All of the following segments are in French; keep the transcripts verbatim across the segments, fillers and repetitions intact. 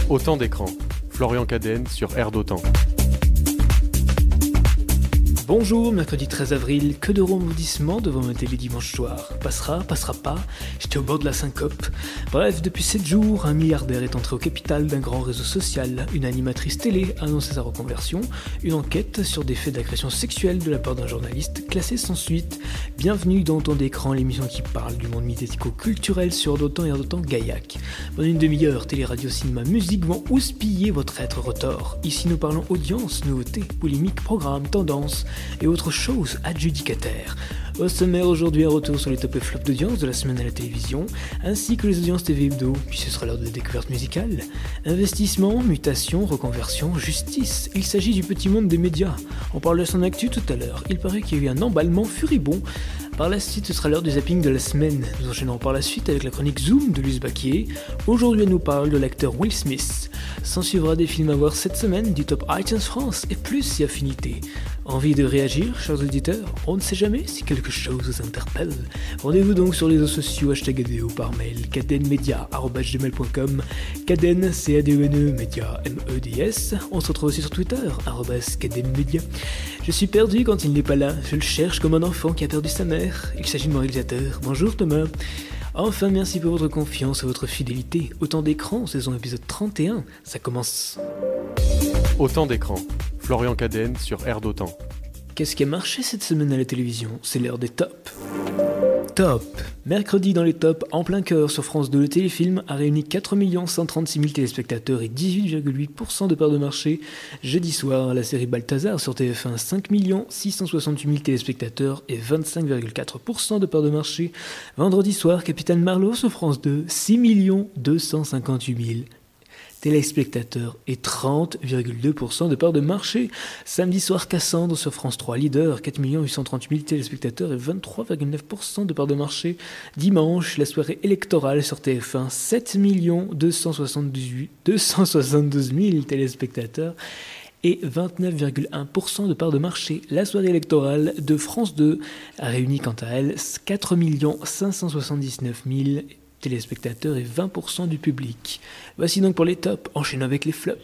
Autant d'écran. Florian Cadenne sur Air d'Autant. Bonjour, mercredi treize avril, que de rebondissements devant ma télé dimanche soir. Passera, passera pas, j'étais au bord de la syncope. Bref, depuis sept jours, un milliardaire est entré au capital d'un grand réseau social. Une animatrice télé a annoncé sa reconversion. Une enquête sur des faits d'agression sexuelle de la part d'un journaliste classée sans suite. Bienvenue dans Autant d'écran, l'émission qui parle du monde médiatico-culturel sur d'Autant et d'Autant Gaillac. Pendant une demi-heure, télé, radio, cinéma, musique vont houspiller votre être retors. Ici nous parlons audience, nouveautés, polémiques, programmes, tendances et autres choses adjudicataires. Au sommaire aujourd'hui, un retour sur les top et flops d'audience de la semaine à la télévision, ainsi que les audiences T V hebdo, puis ce sera l'heure de la découverte musicale. Investissement, mutation, reconversion, justice, il s'agit du petit monde des médias. On parle de son actu tout à l'heure, il paraît qu'il y a eu un emballement furibond. Par la suite, ce sera l'heure du zapping de la semaine. Nous enchaînerons par la suite avec la chronique Zoom de Luce Baquier. Aujourd'hui, elle nous parle de l'acteur Will Smith. S'en suivra des films à voir cette semaine, du top iTunes France et plus si affinité. Envie de réagir, chers auditeurs? On ne sait jamais si quelque chose vous interpelle. Rendez-vous donc sur les réseaux sociaux, hashtag A D O par mail, cadenmedia arobase gmail point com, caden, C A D E N E, média, M E D S. On se retrouve aussi sur Twitter, arobase cadenmedia. Je suis perdu quand il n'est pas là, je le cherche comme un enfant qui a perdu sa mère. Il s'agit de mon réalisateur. Bonjour Thomas. Enfin, merci pour votre confiance et votre fidélité. Autant d'écran, saison épisode trente et un, ça commence. Autant d'écran. Florian Cadenne sur Air d'Autant. Qu'est-ce qui a marché cette semaine à la télévision? C'est l'heure des tops. Top. Mercredi dans les tops, en plein cœur sur France deux, le téléfilm a réuni quatre millions cent trente-six mille téléspectateurs et dix-huit virgule huit pour cent de part de marché. Jeudi soir, la série Balthazar sur T F un, cinq millions six cent soixante-huit mille téléspectateurs et vingt-cinq virgule quatre pour cent de part de marché. Vendredi soir, Capitaine Marlowe sur France deux, six millions deux cent cinquante-huit mille téléspectateurs et trente virgule deux pour cent de part de marché. Samedi soir, Cassandre sur France trois, leader, quatre millions huit cent trente mille téléspectateurs et vingt-trois virgule neuf pour cent de part de marché. Dimanche, la soirée électorale sur T F un, sept millions deux cent soixante-douze mille téléspectateurs et vingt-neuf virgule un pour cent de part de marché. La soirée électorale de France deux a réuni quant à elle quatre millions cinq cent soixante-dix-neuf mille téléspectateurs et vingt pour cent du public. Voici donc pour les tops, enchaînons avec les flops.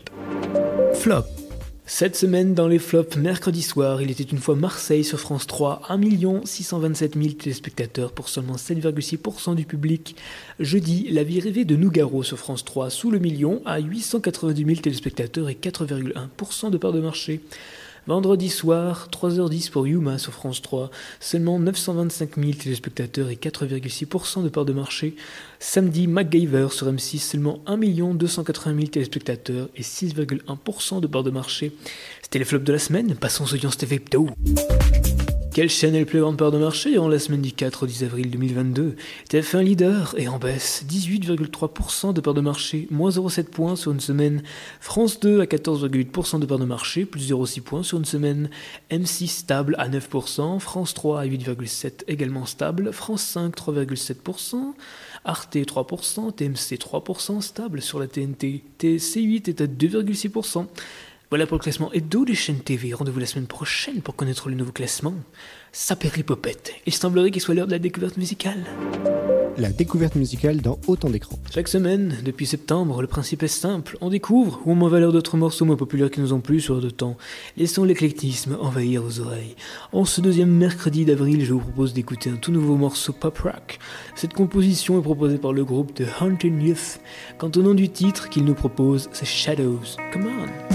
Flop. Cette semaine dans les flops, mercredi soir, il était une fois Marseille sur France trois, un million six cent vingt-sept mille téléspectateurs pour seulement sept virgule six pour cent du public. Jeudi, La vie rêvée de Nougaro sur France trois, sous le million, à huit cent quatre-vingt-dix mille téléspectateurs et quatre virgule un pour cent de part de marché. Vendredi soir, trois heures dix pour Yuma sur France trois, seulement neuf cent vingt-cinq mille téléspectateurs et quatre virgule six pour cent de part de marché. Samedi, MacGyver sur M six, seulement un million deux cent quatre-vingt mille téléspectateurs et six virgule un pour cent de part de marché. C'était les flops de la semaine, passons aux audiences T V hebdo. Quelle chaîne est le plus grande part de marché en la semaine du quatre au dix avril deux mille vingt-deux? T F un leader et en baisse, dix-huit virgule trois pour cent de part de marché, moins zéro virgule sept points sur une semaine. France deux à quatorze virgule huit pour cent de part de marché, plus zéro virgule six points sur une semaine. M six stable à neuf pour cent, France trois à huit virgule sept également stable, France cinq trois virgule sept pour cent, Arte trois pour cent, T M C trois pour cent stable sur la T N T, T C huit est à deux virgule six pour cent. Voilà pour le classement hebdo des chaînes T V. Rendez-vous la semaine prochaine pour connaître le nouveau classement. Ça péripopette. Il semblerait qu'il soit l'heure de la découverte musicale. La découverte musicale dans Autant d'écran. Chaque semaine, depuis septembre, le principe est simple. On découvre ou on met en valeur d'autres morceaux moins populaires qui nous ont plu sur de temps. Laissons l'éclectisme envahir vos oreilles. En ce deuxième mercredi d'avril, je vous propose d'écouter un tout nouveau morceau pop rock. Cette composition est proposée par le groupe The Haunted Youth. Quant au nom du titre qu'il nous propose, c'est Shadows. Come on!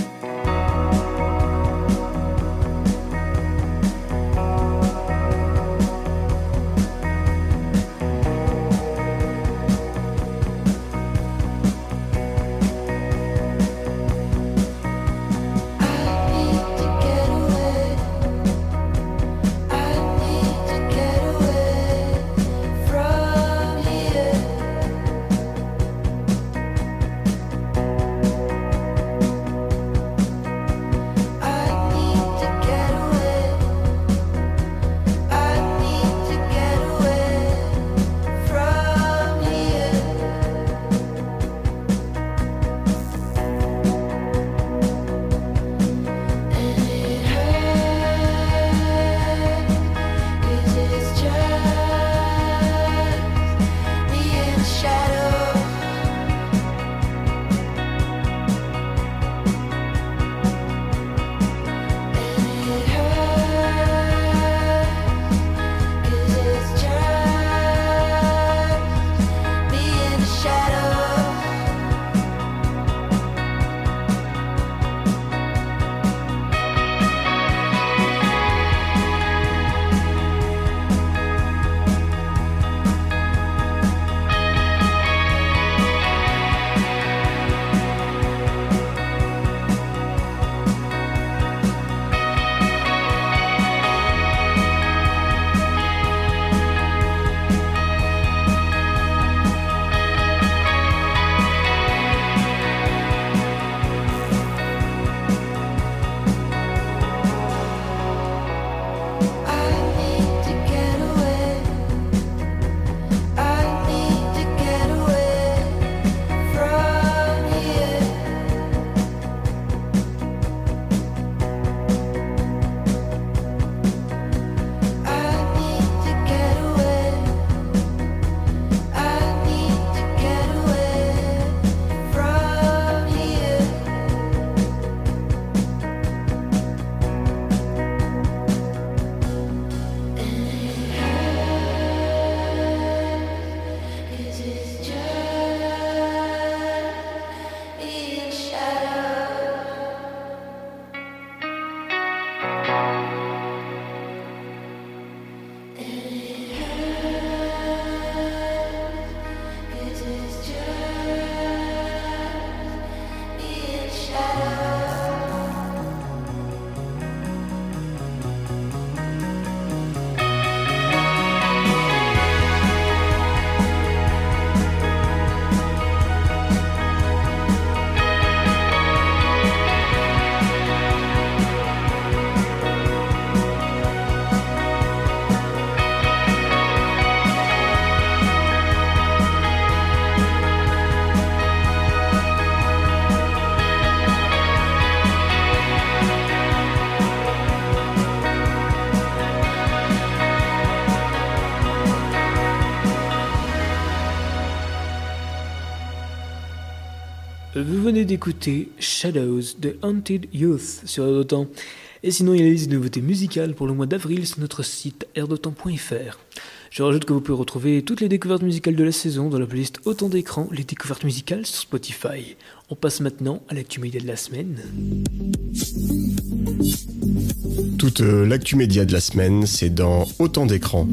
Vous venez d'écouter Shadows de Haunted Youth sur Air d'Otan. Et sinon, il y a les nouveautés musicales pour le mois d'avril sur notre site air dotan point f r. Je rajoute que vous pouvez retrouver toutes les découvertes musicales de la saison dans la playlist Autant d'écran, les découvertes musicales sur Spotify. On passe maintenant à l'actu média de la semaine. Toute euh, l'actu média de la semaine, c'est dans Autant d'écran.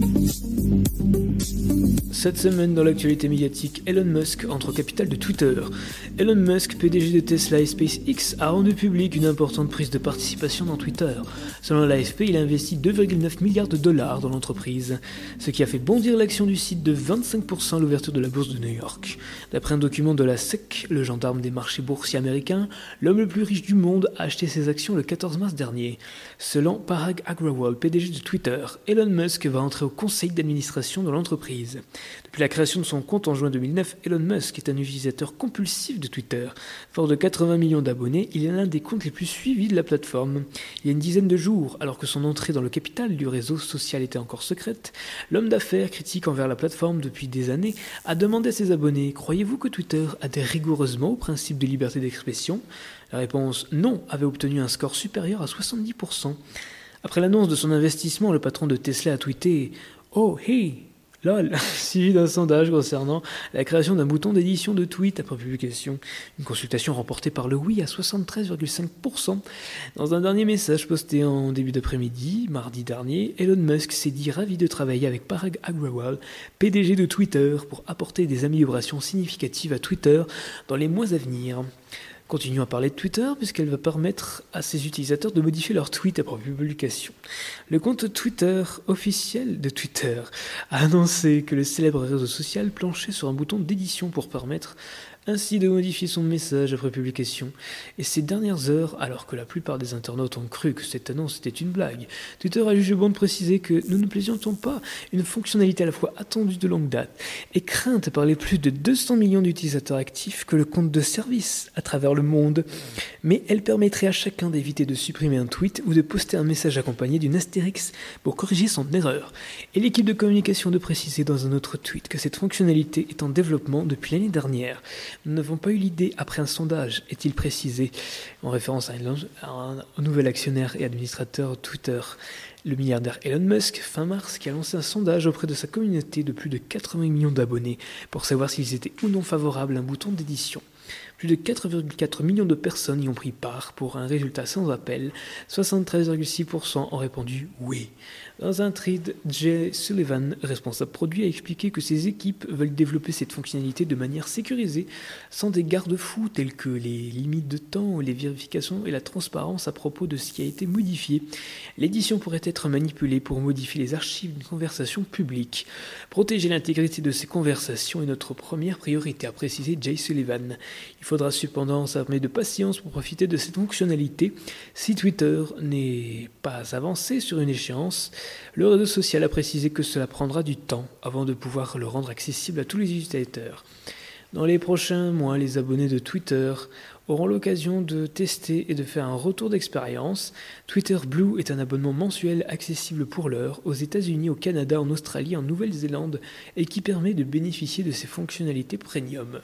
Cette semaine, dans l'actualité médiatique, Elon Musk entre au capital de Twitter. Elon Musk, P D G de Tesla et SpaceX, a rendu public une importante prise de participation dans Twitter. Selon l'A F P, il a investi deux virgule neuf milliards de dollars dans l'entreprise, ce qui a fait bondir l'action du site de vingt-cinq pour cent à l'ouverture de la bourse de New York. D'après un document de la S E C, le gendarme des marchés boursiers américains, l'homme le plus riche du monde a acheté ses actions le quatorze mars dernier. Selon Parag Agrawal, P D G de Twitter, Elon Musk va entrer au conseil d'administration de l'entreprise. Depuis la création de son compte en juin deux mille neuf, Elon Musk est un utilisateur compulsif de Twitter. Fort de quatre-vingts millions d'abonnés, il est l'un des comptes les plus suivis de la plateforme. Il y a une dizaine de jours, alors que son entrée dans le capital du réseau social était encore secrète, l'homme d'affaires, critique envers la plateforme depuis des années, a demandé à ses abonnés « Croyez-vous que Twitter adhère rigoureusement au principe de liberté d'expression ?» La réponse « Non » avait obtenu un score supérieur à soixante-dix pour cent. Après l'annonce de son investissement, le patron de Tesla a tweeté « Oh, hey !» Lol, suivi d'un sondage concernant la création d'un bouton d'édition de tweets après publication. Une consultation remportée par le oui à soixante-treize virgule cinq pour cent. Dans un dernier message posté en début d'après-midi, mardi dernier, Elon Musk s'est dit ravi de travailler avec Parag Agrawal, P D G de Twitter, pour apporter des améliorations significatives à Twitter dans les mois à venir. Continuons à parler de Twitter puisqu'elle va permettre à ses utilisateurs de modifier leurs tweets après publication. Le compte Twitter officiel de Twitter a annoncé que le célèbre réseau social planchait sur un bouton d'édition pour permettre ainsi de modifier son message après publication. Et ces dernières heures, alors que la plupart des internautes ont cru que cette annonce était une blague, Twitter a jugé bon de préciser que nous ne plaisantions pas, une fonctionnalité à la fois attendue de longue date et crainte par les plus de deux cents millions d'utilisateurs actifs que le compte de service à travers le monde. Mais elle permettrait à chacun d'éviter de supprimer un tweet ou de poster un message accompagné d'une astérix pour corriger son erreur. Et l'équipe de communication de préciser dans un autre tweet que cette fonctionnalité est en développement depuis l'année dernière. Nous n'avons pas eu l'idée après un sondage, est-il précisé, en référence à, une, à un nouvel actionnaire et administrateur Twitter, le milliardaire Elon Musk, fin mars, qui a lancé un sondage auprès de sa communauté de plus de quatre-vingts millions d'abonnés pour savoir s'ils étaient ou non favorables à un bouton d'édition. Plus de quatre virgule quatre millions de personnes y ont pris part pour un résultat sans appel. soixante-treize virgule six pour cent ont répondu oui. Dans un thread, Jay Sullivan, responsable produit, a expliqué que ses équipes veulent développer cette fonctionnalité de manière sécurisée, sans des garde-fous tels que les limites de temps, les vérifications et la transparence à propos de ce qui a été modifié. L'édition pourrait être manipulée pour modifier les archives d'une conversation publique. Protéger l'intégrité de ces conversations est notre première priorité, a précisé Jay Sullivan. Il faudra cependant s'armer de patience pour profiter de cette fonctionnalité. Si Twitter n'est pas avancé sur une échéance, le réseau social a précisé que cela prendra du temps avant de pouvoir le rendre accessible à tous les utilisateurs. Dans les prochains mois, les abonnés de Twitter auront l'occasion de tester et de faire un retour d'expérience. Twitter Blue est un abonnement mensuel accessible pour l'heure aux États-Unis, au Canada, en Australie, en Nouvelle-Zélande et qui permet de bénéficier de ses fonctionnalités premium.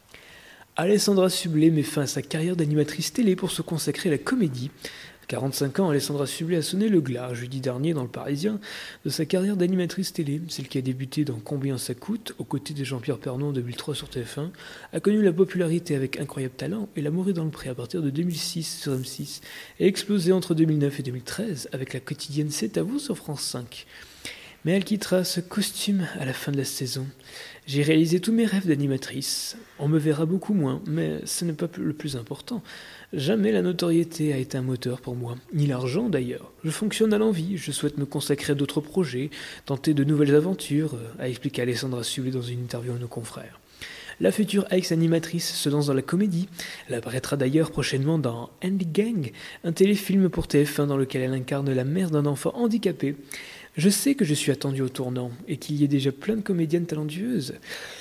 Alessandra Sublet met fin à sa carrière d'animatrice télé pour se consacrer à la comédie. À quarante-cinq ans, Alessandra Sublet a sonné le glas jeudi dernier dans Le Parisien de sa carrière d'animatrice télé. Celle qui a débuté dans Combien ça coûte, aux côtés de Jean-Pierre Pernaut en deux mille trois sur T F un, a connu la popularité avec Incroyable Talent et L'amour est dans le pré à partir de deux mille six sur M six, et explosé entre deux mille neuf et deux mille treize avec la quotidienne C'est à vous sur France cinq. Mais elle quittera ce costume à la fin de la saison. J'ai réalisé tous mes rêves d'animatrice. On me verra beaucoup moins, mais ce n'est pas le plus important. Jamais la notoriété a été un moteur pour moi, ni l'argent d'ailleurs. Je fonctionne à l'envie, je souhaite me consacrer à d'autres projets, tenter de nouvelles aventures, a expliqué Alessandra Sublet dans une interview à nos confrères. La future ex-animatrice se lance dans la comédie. Elle apparaîtra d'ailleurs prochainement dans Andy Gang, un téléfilm pour T F un dans lequel elle incarne la mère d'un enfant handicapé. Je sais que je suis attendue au tournant et qu'il y a déjà plein de comédiennes talentueuses.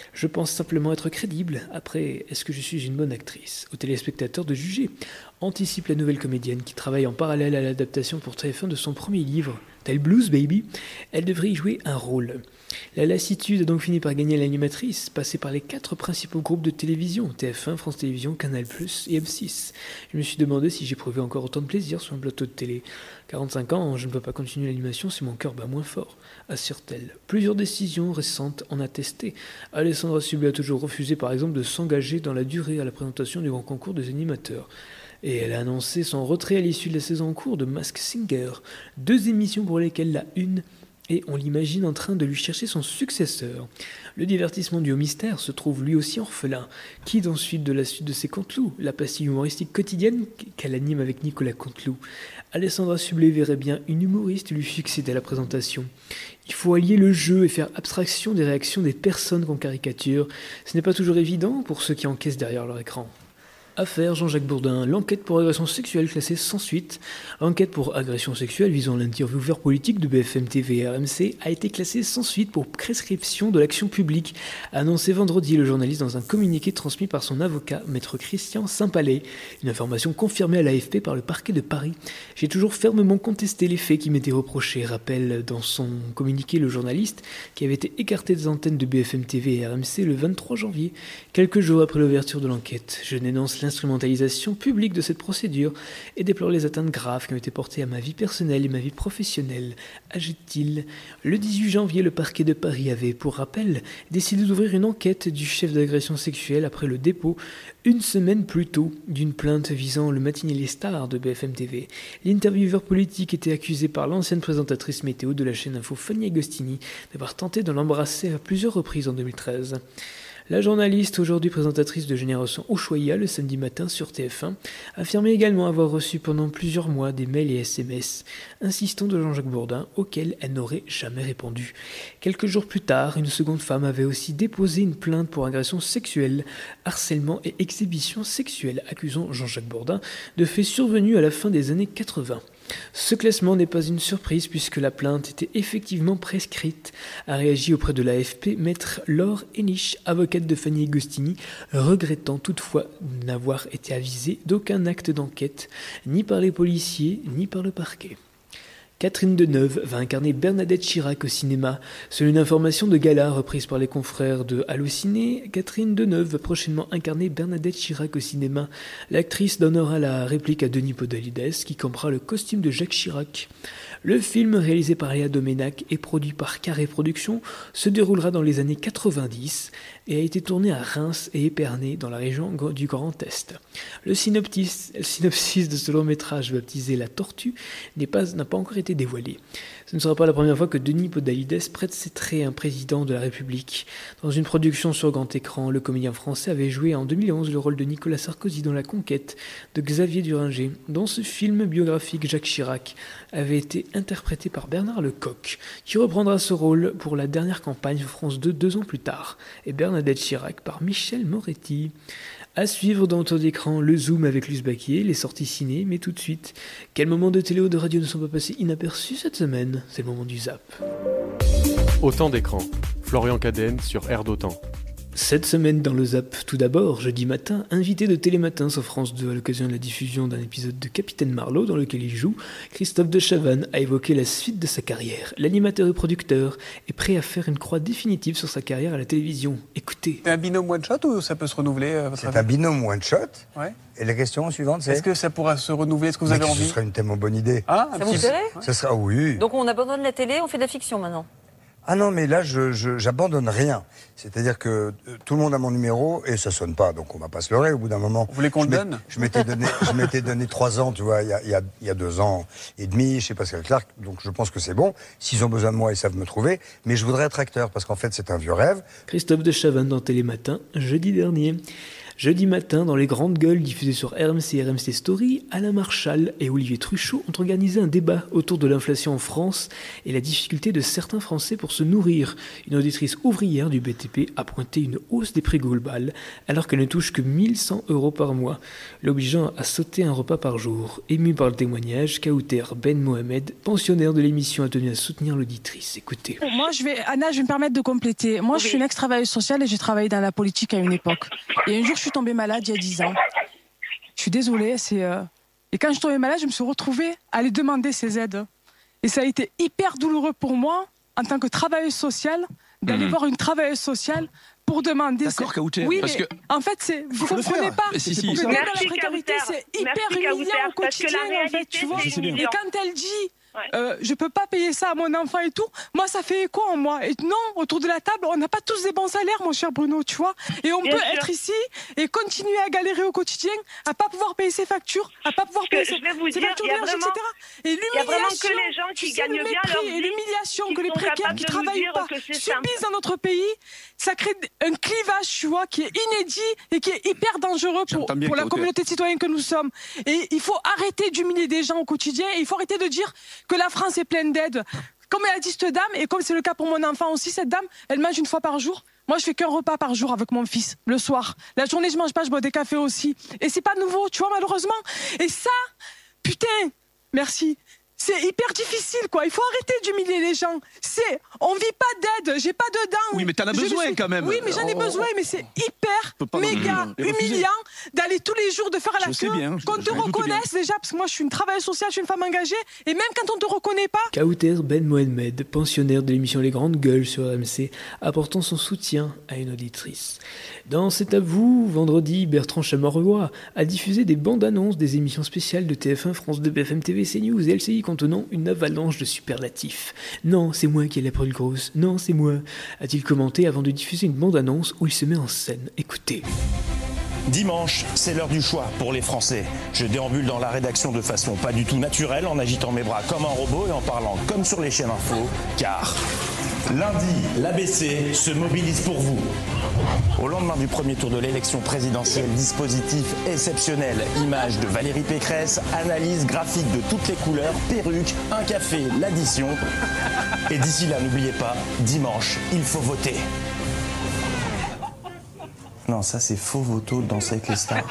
Je pense simplement être crédible. Après, est-ce que je suis une bonne actrice? Aux téléspectateurs de juger. Anticipe la nouvelle comédienne qui travaille en parallèle à l'adaptation pour T F un de son premier livre, Tel Blues Baby. Elle devrait y jouer un rôle. La lassitude a donc fini par gagner l'animatrice, passée par les quatre principaux groupes de télévision, T F un, France Télévisions, Canal plus, et M six. Je me suis demandé si j'éprouvais encore autant de plaisir sur un plateau de télé. quarante-cinq ans, je ne peux pas continuer l'animation si mon cœur bat moins fort, assure-t-elle. Plusieurs décisions récentes en attestaient. Alessandra Sublet a toujours refusé par exemple de s'engager dans la durée à la présentation du grand concours des animateurs. Et elle a annoncé son retrait à l'issue de la saison en cours de Masked Singer, deux émissions pour lesquelles la une, et on l'imagine en train de lui chercher son successeur. Le divertissement du haut mystère se trouve lui aussi orphelin. Quitte ensuite de la suite de ses Canteloup, la pastille humoristique quotidienne qu'elle anime avec Nicolas Canteloup. Alessandra Sublet verrait bien une humoriste lui succéder à la présentation. Il faut allier le jeu et faire abstraction des réactions des personnes qu'on caricature. Ce n'est pas toujours évident pour ceux qui encaissent derrière leur écran. Affaire Jean-Jacques Bourdin, l'enquête pour agression sexuelle classée sans suite. L'enquête pour agression sexuelle visant l'intervieweur politique de B F M T V et R M C a été classée sans suite pour prescription de l'action publique, a annoncé vendredi le journaliste dans un communiqué transmis par son avocat, maître Christian Saint-Palais. Une information confirmée à l'A F P par le parquet de Paris. J'ai toujours fermement contesté les faits qui m'étaient reprochés, rappelle dans son communiqué le journaliste qui avait été écarté des antennes de B F M T V et R M C le vingt-trois janvier, quelques jours après l'ouverture de l'enquête. Je dénonce l'instrumentalisation publique de cette procédure et déplore les atteintes graves qui ont été portées à ma vie personnelle et ma vie professionnelle, ajoute-t-il. Le dix-huit janvier, le parquet de Paris avait, pour rappel, décidé d'ouvrir une enquête du chef d'agression sexuelle après le dépôt, une semaine plus tôt, d'une plainte visant le matinée Les Stars de B F M T V. L'intervieweur politique était accusé par l'ancienne présentatrice météo de la chaîne Info Fanny Agostini d'avoir tenté de l'embrasser à plusieurs reprises en deux mille treize. La journaliste, aujourd'hui présentatrice de Génération Ushuaïa le samedi matin sur T F un, affirmait également avoir reçu pendant plusieurs mois des mails et S M S insistants de Jean-Jacques Bourdin auxquels elle n'aurait jamais répondu. Quelques jours plus tard, une seconde femme avait aussi déposé une plainte pour agression sexuelle, harcèlement et exhibition sexuelle, accusant Jean-Jacques Bourdin de faits survenus à la fin des années quatre-vingts. Ce classement n'est pas une surprise puisque la plainte était effectivement prescrite, a réagi auprès de l'A F P maître Laure Henich, avocate de Fanny Agostini, regrettant toutefois n'avoir été avisée d'aucun acte d'enquête, ni par les policiers, ni par le parquet. Catherine Deneuve va incarner Bernadette Chirac au cinéma. Selon une information de gala reprise par les confrères de Allociné, Catherine Deneuve va prochainement incarner Bernadette Chirac au cinéma. L'actrice donnera la réplique à Denis Podalides, qui campera le costume de Jacques Chirac. Le film, réalisé par Léa Doménac et produit par Carré Productions, se déroulera dans les années quatre-vingt-dix et a été tourné à Reims et Épernay, dans la région du Grand Est. Le synopsis, le synopsis de ce long-métrage baptisé La Tortue n'est pas, n'a pas encore été dévoilé. Ce ne sera pas la première fois que Denis Podalides prête ses traits à un président de la République. Dans une production sur grand écran, le comédien français avait joué en deux mille onze le rôle de Nicolas Sarkozy dans La Conquête de Xavier Duringer. Dans ce film biographique, Jacques Chirac avait été interprété par Bernard Lecoq, qui reprendra ce rôle pour la dernière campagne sur France deux deux ans plus tard, et Bernadette Chirac par Michel Moretti. À suivre dans Autant d'écran, le Zoom avec Luce Baquier, les sorties ciné, mais tout de suite, quels moments de télé ou de radio ne sont pas passés inaperçus cette semaine? C'est le moment du Zap. Autant d'écran, Florian Cadenne sur Air d'Autant. Cette semaine dans le Zap, tout d'abord, jeudi matin, invité de Télématin sur France deux à l'occasion de la diffusion d'un épisode de Capitaine Marlowe dans lequel il joue, Christophe de Chavannes a évoqué la suite de sa carrière. L'animateur et producteur est prêt à faire une croix définitive sur sa carrière à la télévision. Écoutez. C'est un binôme one-shot ou ça peut se renouveler à votre C'est avis? un binôme one-shot. Ouais. Et la question suivante, c'est... Est-ce que ça pourra se renouveler? Est-ce que vous Mais avez envie? Ce serait une tellement bonne idée. Ah, Ça vous plairait? Ce sera, oui. Donc on abandonne la télé, on fait de la fiction maintenant. Ah non, mais là, je, je, j'abandonne rien. C'est-à-dire que euh, tout le monde a mon numéro et ça sonne pas, donc on va pas se leurrer au bout d'un moment. Vous voulez qu'on je le m'ai- donne? Je m'étais donné, je m'étais donné trois ans, tu vois, il y a, il y, a, il y a deux ans et demi chez Pascal Clark, donc je pense que c'est bon. S'ils ont besoin de moi, ils savent me trouver. Mais je voudrais être acteur parce qu'en fait, c'est un vieux rêve. Christophe de Chavannes dans Télématin, jeudi dernier. Jeudi matin, dans les grandes gueules diffusées sur R M C et R M C Story, Alain Marchal et Olivier Truchot ont organisé un débat autour de l'inflation en France et la difficulté de certains Français pour se nourrir. Une auditrice ouvrière du B T P a pointé une hausse des prix global alors qu'elle ne touche que mille cent euros par mois, l'obligeant à sauter un repas par jour. Ému par le témoignage, Kauter Ben Mohamed, pensionnaire de l'émission, a tenu à soutenir l'auditrice. Écoutez. Moi, je vais, Anna, je vais me permettre de compléter. Moi, je suis une ex-travailleuse sociale et j'ai travaillé dans la politique à une époque. Et un jour, je suis tombée malade il y a dix ans. Je suis désolée, c'est... Euh... Et quand je suis tombée malade, je me suis retrouvée à aller demander ces aides. Et ça a été hyper douloureux pour moi, en tant que travailleuse sociale, d'aller mmh. voir une travailleuse sociale pour demander... D'accord, Kauter. Oui, parce mais que... en fait, c'est... vous ne comprenez pas. Si, si, le si. dans la précarité, c'est hyper Merci, humiliant Kauter, au quotidien, en fait, tu vois. Et quand elle dit... Ouais. Euh, je peux pas payer ça à mon enfant et tout. Moi, ça fait écho en moi. Et non, autour de la table, on n'a pas tous des bons salaires, mon cher Bruno, tu vois. Et on Bien peut sûr. être ici et continuer à galérer au quotidien, à pas pouvoir payer ses factures, à pas pouvoir payer ses, ses factures d'énergie, et cetera. Et l'humiliation, que les gens qui gagnent le mépris bien leur et l'humiliation que les précaires qui de travaillent pas subissent dans notre pays, ça crée un clivage, tu vois, qui est inédit et qui est hyper dangereux pour, pour la communauté de citoyens que nous sommes. Et il faut arrêter d'humilier des gens au quotidien et il faut arrêter de dire que la France est pleine d'aide. Comme elle a dit cette dame, et comme c'est le cas pour mon enfant aussi, cette dame, elle mange une fois par jour. Moi, je fais qu'un repas par jour avec mon fils, le soir. La journée, je mange pas, je bois des cafés aussi. Et c'est pas nouveau, tu vois, malheureusement. Et ça, putain, merci. C'est hyper difficile, quoi. Il faut arrêter d'humilier les gens. C'est, on vit pas d'aide, j'ai pas de dents. Oui, mais t'en as besoin suis... quand même. Oui, mais j'en ai oh. besoin, mais c'est hyper, méga mmh. humiliant d'aller tous les jours de faire à la queue, bien, qu'on te reconnaisse déjà, parce que moi je suis une travailleuse sociale, je suis une femme engagée, et même quand on te reconnaît pas. Kauter Ben Mohamed, pensionnaire de l'émission Les Grandes Gueules sur R M C, apportant son soutien à une auditrice. Dans C'est à vous, vendredi, Bertrand Chameroy a diffusé des bandes annonces des émissions spéciales de T F un, France deux, B F M T V, CNews et L C I contenant une avalanche de superlatifs. Non, c'est moi qui ai la preuve grosse. Non, c'est moi, a-t-il commenté avant de diffuser une bande-annonce où il se met en scène. Écoutez. Dimanche, c'est l'heure du choix pour les Français. Je déambule dans la rédaction de façon pas du tout naturelle, en agitant mes bras comme un robot et en parlant comme sur les chaînes info, car lundi, l'A B C se mobilise pour vous. Au lendemain du premier tour de l'élection présidentielle, dispositif exceptionnel, images de Valérie Pécresse, analyse graphique de toutes les couleurs, perruque, un café, l'addition. Et d'ici là, n'oubliez pas, dimanche, il faut voter. Non, ça c'est faux voto de Danser avec les stars.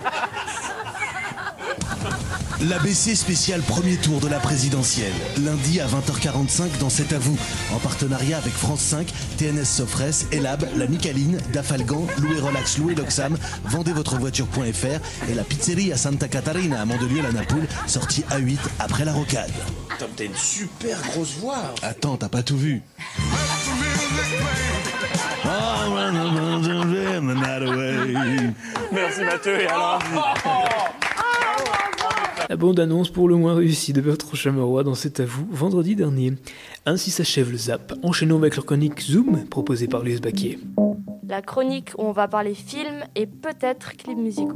L'A B C spécial premier tour de la présidentielle. Lundi à vingt heures quarante-cinq dans C'est à vous. En partenariat avec France cinq, T N S Sofres, Elab, La Micaline, Dafalgan, Louis Relax, Louis Loxam, vendez votre voiture point f r et la pizzeria Santa Catarina à Mandelieu-la-Napoule, sortie A huit après la rocade. Tom, t'as une super grosse voix. Attends, t'as pas tout vu. Merci Mathieu et alors. La bande-annonce pour le moins réussie de Bertrand Chameroy dans C'est à vous, vendredi dernier. Ainsi s'achève le Zap. Enchaînons avec la chronique Zoom, proposée par Léus Baquier. La chronique où on va parler films et peut-être clips musicaux.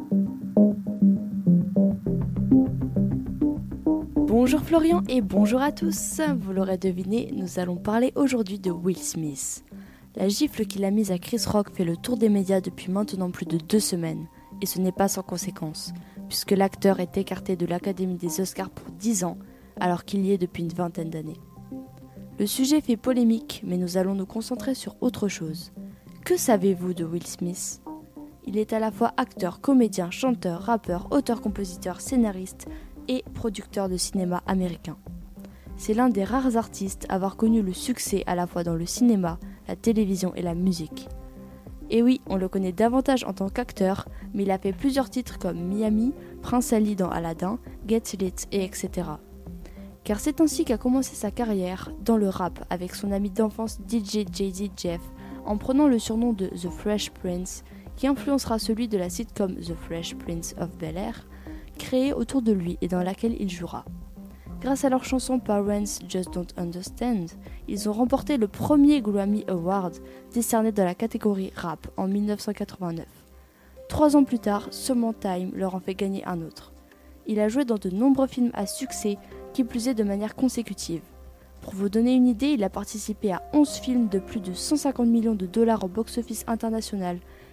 Bonjour Florian et bonjour à tous. Vous l'aurez deviné, nous allons parler aujourd'hui de Will Smith. La gifle qu'il a mise à Chris Rock fait le tour des médias depuis maintenant plus de deux semaines. Et ce n'est pas sans conséquence, puisque l'acteur est écarté de l'Académie des Oscars pour dix ans, alors qu'il y est depuis une vingtaine d'années. Le sujet fait polémique, mais nous allons nous concentrer sur autre chose. Que savez-vous de Will Smith ? Il est à la fois acteur, comédien, chanteur, rappeur, auteur-compositeur, scénariste et producteur de cinéma américain. C'est l'un des rares artistes à avoir connu le succès à la fois dans le cinéma, la télévision et la musique. Et oui, on le connaît davantage en tant qu'acteur, mais il a fait plusieurs titres comme Miami, Prince Ali dans Aladdin, Get Lit et et cetera. Car c'est ainsi qu'a commencé sa carrière dans le rap avec son ami d'enfance D J Jay-Z Jeff, en prenant le surnom de The Fresh Prince, qui influencera celui de la sitcom The Fresh Prince of Bel-Air, créée autour de lui et dans laquelle il jouera. Grâce à leur chanson Parents Just Don't Understand, ils ont remporté le premier Grammy Award décerné dans la catégorie rap en dix-neuf cent quatre-vingt-neuf. Trois ans plus tard, Summertime leur en fait gagner un autre. Il a joué dans de nombreux films à succès, qui plus est de manière consécutive. Pour vous donner une idée, il a participé à onze films de plus de cent cinquante millions de dollars au box-office international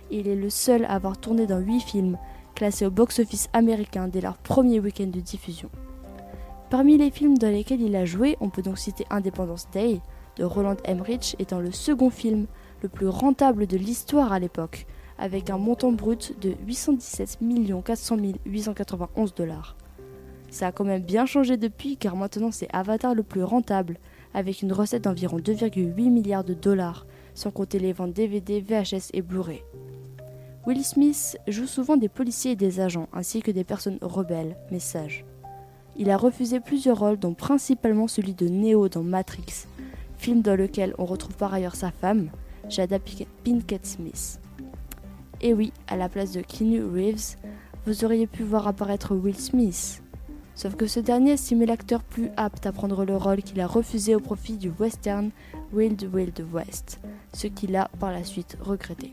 et il est le seul à avoir tourné dans huit films, classés au box-office américain dès leur premier week-end de diffusion. Parmi les films dans lesquels il a joué, on peut donc citer Independence Day, de Roland Emmerich, étant le second film le plus rentable de l'histoire à l'époque, avec un montant brut de huit cent dix-sept millions quatre cent mille huit cent quatre-vingt-onze dollars. Ça a quand même bien changé depuis, car maintenant c'est Avatar le plus rentable, avec une recette d'environ deux virgule huit milliards de dollars, sans compter les ventes D V D, V H S et Blu-ray. Will Smith joue souvent des policiers et des agents, ainsi que des personnes rebelles, mais sages. Il a refusé plusieurs rôles, dont principalement celui de Neo dans Matrix, film dans lequel on retrouve par ailleurs sa femme, Jada Pinkett Smith. Et oui, à la place de Keanu Reeves, vous auriez pu voir apparaître Will Smith. Sauf que ce dernier estimait l'acteur plus apte à prendre le rôle qu'il a refusé au profit du western Wild Wild West, ce qu'il a par la suite regretté.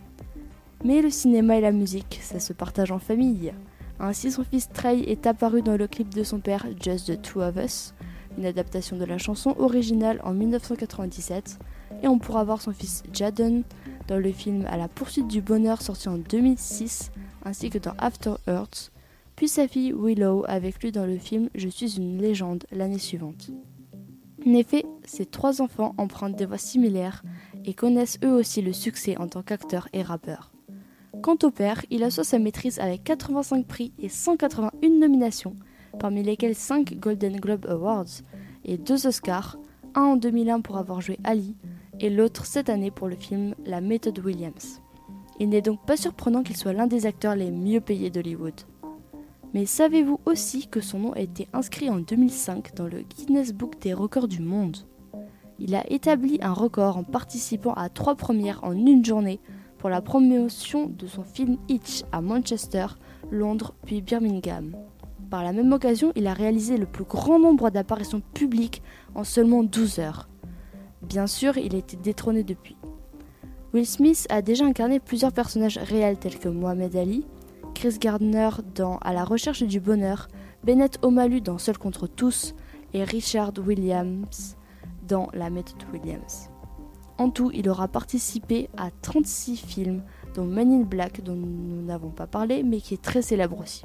Mais le cinéma et la musique, ça se partage en famille. Ainsi, son fils Trey est apparu dans le clip de son père Just the Two of Us, une adaptation de la chanson originale en dix-neuf cent quatre-vingt-dix-sept, et on pourra voir son fils Jaden dans le film À la poursuite du bonheur sorti en deux mille six, ainsi que dans After Earth, puis sa fille Willow avec lui dans le film Je suis une légende l'année suivante. En effet, ces trois enfants empruntent des voix similaires et connaissent eux aussi le succès en tant qu'acteurs et rappeurs. Quant au père, il assoit sa maîtrise avec quatre-vingt-cinq prix et cent quatre-vingt-une nominations, parmi lesquelles cinq Golden Globe Awards et deux Oscars, un en deux mille un pour avoir joué Ali et l'autre cette année pour le film La méthode Williams. Il n'est donc pas surprenant qu'il soit l'un des acteurs les mieux payés d'Hollywood. Mais savez-vous aussi que son nom a été inscrit en deux mille cinq dans le Guinness Book des records du monde ? Il a établi un record en participant à trois premières en une journée pour la promotion de son film Hitch à Manchester, Londres puis Birmingham. Par la même occasion, il a réalisé le plus grand nombre d'apparitions publiques en seulement douze heures. Bien sûr, il a été détrôné depuis. Will Smith a déjà incarné plusieurs personnages réels tels que Mohamed Ali, Chris Gardner dans À la recherche du bonheur, Bennett Omalu dans Seul contre tous et Richard Williams dans La méthode Williams. En tout, il aura participé à trente-six films, dont Men in Black dont nous n'avons pas parlé mais qui est très célèbre aussi.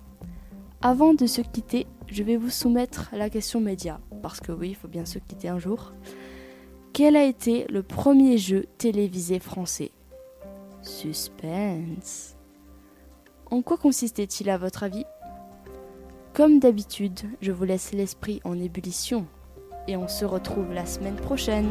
Avant de se quitter, je vais vous soumettre la question média, parce que oui, il faut bien se quitter un jour. Quel a été le premier jeu télévisé français ? Suspense. En quoi consistait-il à votre avis ? Comme d'habitude, je vous laisse l'esprit en ébullition et on se retrouve la semaine prochaine.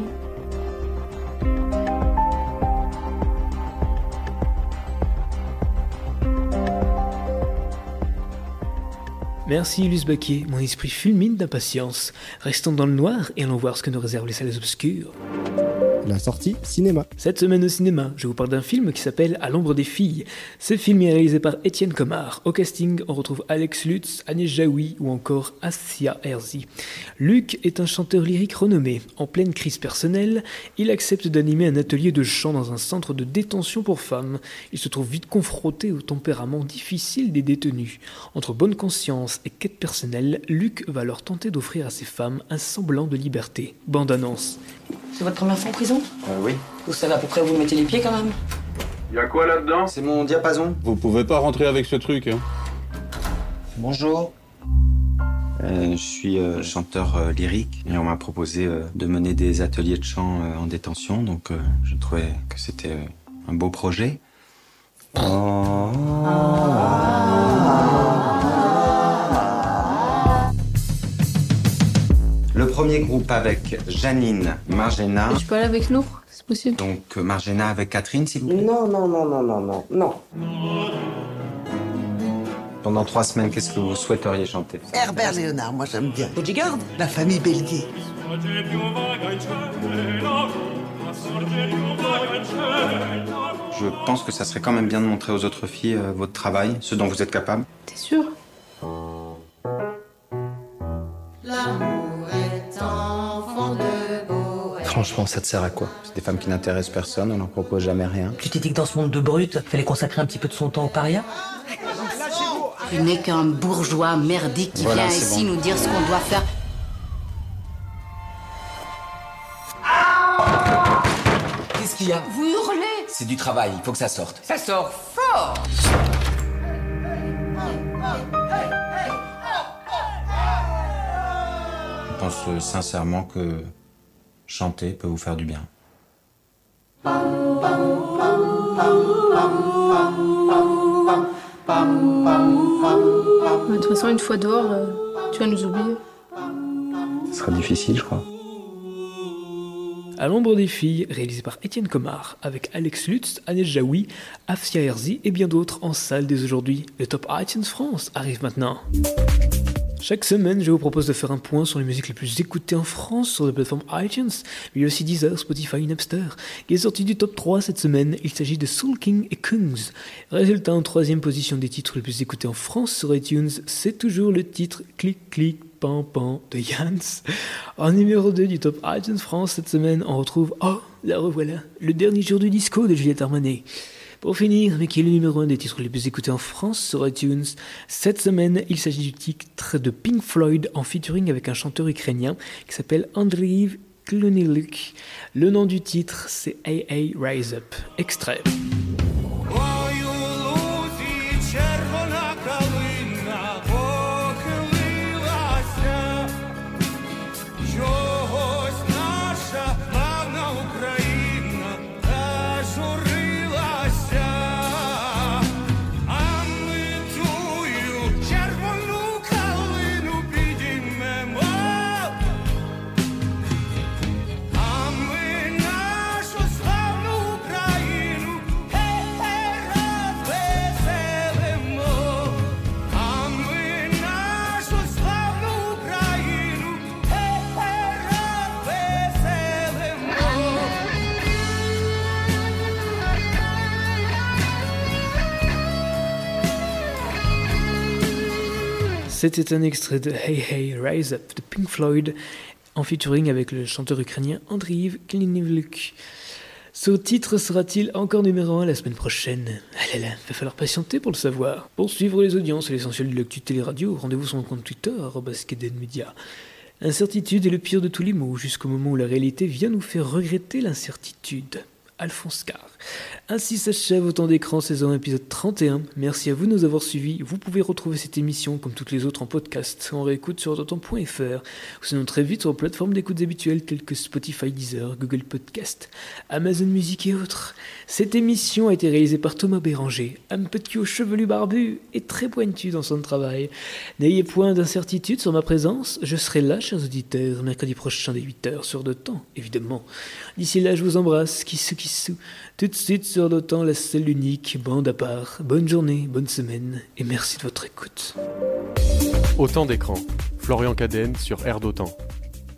Merci Luce Baquier, mon esprit fulmine d'impatience. Restons dans le noir et allons voir ce que nous réservent les salles obscures. La sortie cinéma. Cette semaine au cinéma, je vous parle d'un film qui s'appelle À l'ombre des filles. Ce film est réalisé par Étienne Comard. Au casting, on retrouve Alex Lutz, Agnès Jaoui ou encore Assia Herzi. Luc est un chanteur lyrique renommé. En pleine crise personnelle, il accepte d'animer un atelier de chant dans un centre de détention pour femmes. Il se trouve vite confronté au tempérament difficile des détenus. Entre bonne conscience et quête personnelle, Luc va alors tenter d'offrir à ces femmes un semblant de liberté. Bande annonce. C'est votre première fois en prison ? Euh, oui. Vous savez à peu près où vous mettez les pieds quand même ? Y a quoi là-dedans ? C'est mon diapason. Vous pouvez pas rentrer avec ce truc, hein. Bonjour. Euh, je suis euh, chanteur euh, lyrique et on m'a proposé euh, de mener des ateliers de chant euh, en détention, donc euh, je trouvais que c'était euh, un beau projet. Oh. Le premier groupe avec Janine, Marjana. Tu peux aller avec nous, c'est possible. Donc euh, Marjana avec Catherine, s'il vous plaît. Non, non, non, non, non, non, non. Pendant trois semaines, qu'est-ce que vous souhaiteriez chanter ? Herbert Léonard, moi j'aime bien. Bodyguard ? La famille Bellier. Je pense que ça serait quand même bien de montrer aux autres filles euh, votre travail, ce dont vous êtes capable. T'es sûr ? Franchement, ça te sert à quoi ? C'est des femmes qui n'intéressent personne, on leur propose jamais rien. Tu t'es dit que dans ce monde de brutes, fallait consacrer un petit peu de son temps au paria ? Tu n'es qu'un bourgeois merdique qui Voilà, vient c'est ici bon. nous dire ce qu'on doit faire. Qu'est-ce qu'il y a ? Vous hurlez, C'est du travail, il faut que ça sorte. Ça sort fort. Je pense sincèrement que chanter peut vous faire du bien. De toute façon, une fois dehors, euh, tu vas nous oublier. Ce sera difficile, je crois. À l'ombre des filles, réalisé par Étienne Comard, avec Alex Lutz, Agnès Jaoui, Afsia Herzi et bien d'autres en salle dès aujourd'hui. Le Top iTunes France arrive maintenant. Chaque semaine, je vous propose de faire un point sur les musiques les plus écoutées en France sur la plateforme iTunes, mais il y a aussi Deezer, Spotify et Napster. Qui est sorti du top trois cette semaine, il s'agit de Soul King et Kungs. Résultat, en troisième position des titres les plus écoutés en France sur iTunes, c'est toujours le titre Clic Clic Pan Pan de Jans. En numéro deux du top iTunes France cette semaine, on retrouve Oh, la revoilà, le dernier jour du disco de Juliette Armanet. Pour finir, mais qui est le numéro un des titres les plus écoutés en France sur iTunes, cette semaine, il s'agit du titre de Pink Floyd en featuring avec un chanteur ukrainien qui s'appelle Andriy Klunilyk. Le nom du titre, c'est Hey Hey Rise Up. Extrait. C'était un extrait de Hey Hey Rise Up de Pink Floyd en featuring avec le chanteur ukrainien Andriy Klunilyk. Ce titre sera-t-il encore numéro un la semaine prochaine? Ah là là, va falloir patienter pour le savoir. Pour suivre les audiences et l'essentiel de l'actu téléradio, rendez-vous sur mon compte Twitter, arobase kedenmedia. L'incertitude est le pire de tous les mots, jusqu'au moment où la réalité vient nous faire regretter l'incertitude. Alphonse Carr. Ainsi s'achève Autant d'écran saison épisode trente et un. Merci à vous de nous avoir suivis. Vous pouvez retrouver cette émission comme toutes les autres en podcast, en réécoute sur autant point f r ou sinon très vite sur les plateformes d'écoute habituelles telles que Spotify, Deezer, Google Podcast, Amazon Music et autres. Cette émission a été réalisée par Thomas Béranger, un petit au chevelu barbu et très pointu dans son travail. N'ayez point d'incertitude sur ma présence, je serai là, chers auditeurs, mercredi prochain dès huit heures sur de temps, évidemment. D'ici là, je vous embrasse, kissou kissou, tout de suite sur l'Autant, la seule unique, bande à part. Bonne journée, bonne semaine, et merci de votre écoute. Autant d'écran, Florian Cadenne sur Air d'Autant.